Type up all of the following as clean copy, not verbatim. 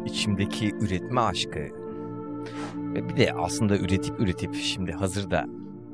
içimdeki üretme aşkı ve bir de aslında üretip şimdi hazırda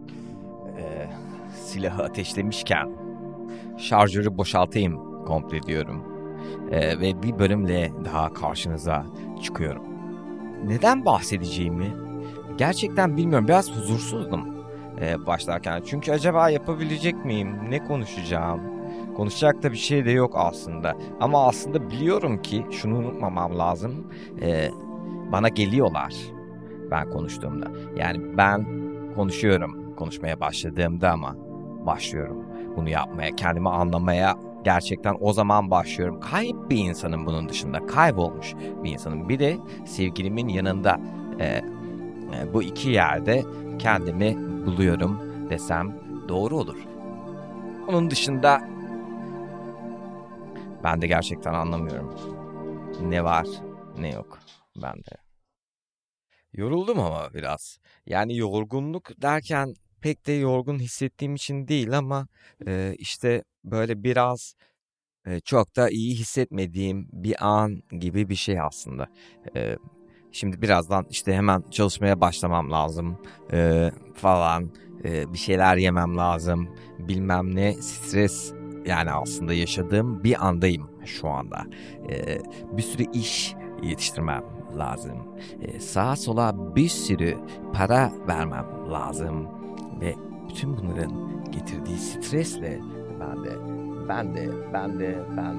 silahı ateşlemişken şarjörü boşaltayım komple diyorum. Ve bir bölümle daha karşınıza çıkıyorum. Neden bahsedeceğimi gerçekten bilmiyorum. Biraz huzursuzdum başlarken. Çünkü acaba yapabilecek miyim? Ne konuşacağım? Konuşacak da bir şey de yok aslında. Ama aslında biliyorum ki şunu unutmamam lazım. Bana geliyorlar ben konuştuğumda. Yani ben konuşuyorum konuşmaya başladığımda ama başlıyorum bunu yapmaya, kendimi anlamaya. Gerçekten o zaman başlıyorum. Kayıp bir insanım bunun dışında. Kaybolmuş bir insanım. Bir de sevgilimin yanında bu iki yerde kendimi buluyorum desem doğru olur. Onun dışında ben de gerçekten anlamıyorum. Ne var ne yok bende. Yoruldum ama biraz. Yani yorgunluk derken pek de yorgun hissettiğim için değil ama işte böyle biraz çok da iyi hissetmediğim bir an gibi bir şey aslında. Şimdi birazdan işte hemen çalışmaya başlamam lazım falan. Bir şeyler yemem lazım. Bilmem ne stres yani aslında yaşadığım bir andayım şu anda. Bir sürü iş yetiştirmem lazım. Sağa sola bir sürü para vermem lazım. Ve bütün bunların getirdiği stresle ben de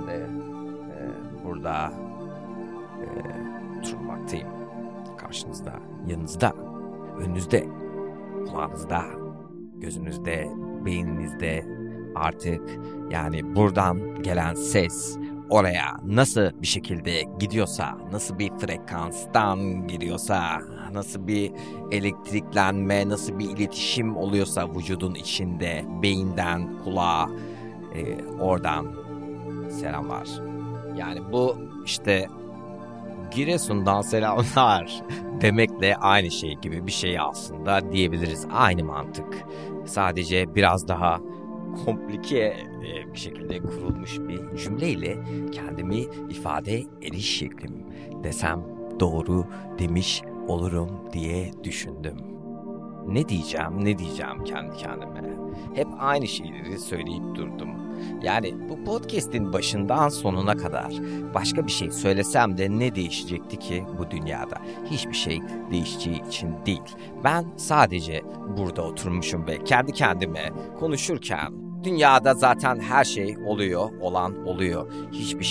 burada oturmaktayım. Karşınızda, yanınızda, önünüzde, kulağınızda, gözünüzde, beyninizde artık yani buradan gelen ses oraya nasıl bir şekilde gidiyorsa, nasıl bir frekanstan giriyorsa, nasıl bir elektriklenme, nasıl bir iletişim oluyorsa vücudun içinde, beyinden kulağa, oradan selamlar. Yani bu işte Giresun'dan selamlar demekle aynı şey gibi bir şey aslında diyebiliriz. Aynı mantık. Sadece biraz daha komplike bir şekilde kurulmuş bir cümleyle kendimi ifade ediş şeklim desem doğru demiş olurum diye düşündüm. Ne diyeceğim kendi kendime. Hep aynı şeyleri söyleyip durdum. Yani bu podcast'in başından sonuna kadar başka bir şey söylesem de ne değişecekti ki bu dünyada? Hiçbir şey değişeceği için değil. Ben sadece burada oturmuşum ve kendi kendime konuşurken dünyada zaten her şey oluyor, olan oluyor. Hiçbir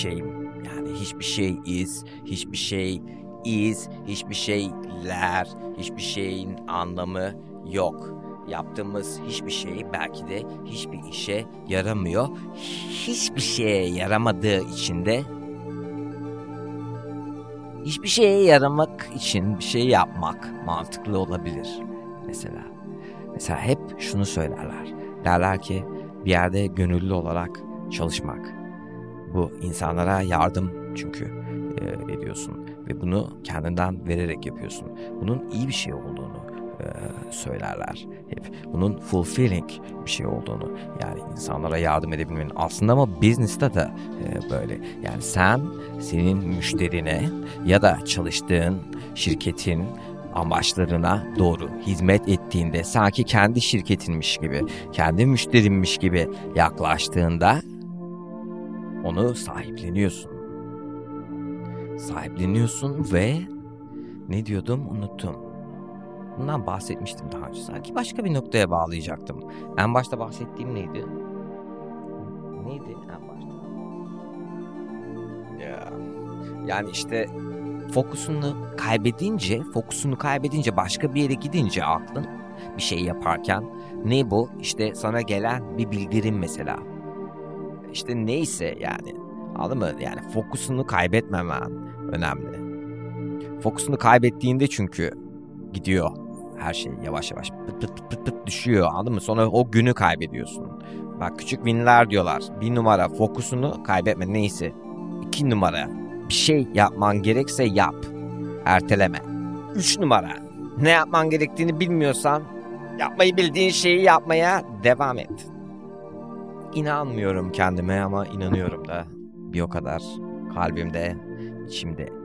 şeyler, hiçbir şeyin anlamı yok. Yaptığımız hiçbir şey belki de hiçbir işe yaramıyor. Hiçbir şeye yaramadığı için de hiçbir şeye yaramak için bir şey yapmak mantıklı olabilir. Mesela hep şunu söylerler. Derler ki bir yerde gönüllü olarak çalışmak. Bu insanlara yardım çünkü ediyorsun ve bunu kendinden vererek yapıyorsun. Bunun iyi bir şey olduğunu söylerler hep. Bunun fulfilling bir şey olduğunu, yani insanlara yardım edebilmenin aslında, ama business'ta da böyle. Yani senin müşterine ya da çalıştığın şirketin amaçlarına doğru hizmet ettiğinde, sanki kendi şirketinmiş gibi, kendi müşterinmiş gibi yaklaştığında onu sahipleniyorsun ve ne diyordum unuttum. Bundan bahsetmiştim daha önce. Sanki başka bir noktaya bağlayacaktım. En başta bahsettiğim neydi? Neydi en başta? Yani işte fokusunu kaybedince başka bir yere gidince aklın bir şey yaparken, ne bu? İşte sana gelen bir bildirim mesela. İşte neyse yani. Anladın mı? Yani fokusunu kaybetmemen önemli. Fokusunu kaybettiğinde çünkü gidiyor her şey yavaş yavaş pıt düşüyor, anladın mı? Sonra o günü kaybediyorsun. Bak, küçük winler diyorlar. 1 numara fokusunu kaybetme, neyse. 2 numara bir şey yapman gerekse yap, erteleme. 3 numara ne yapman gerektiğini bilmiyorsan yapmayı bildiğin şeyi yapmaya devam et. İnanmıyorum kendime ama inanıyorum da bir o kadar, kalbimde, içimde.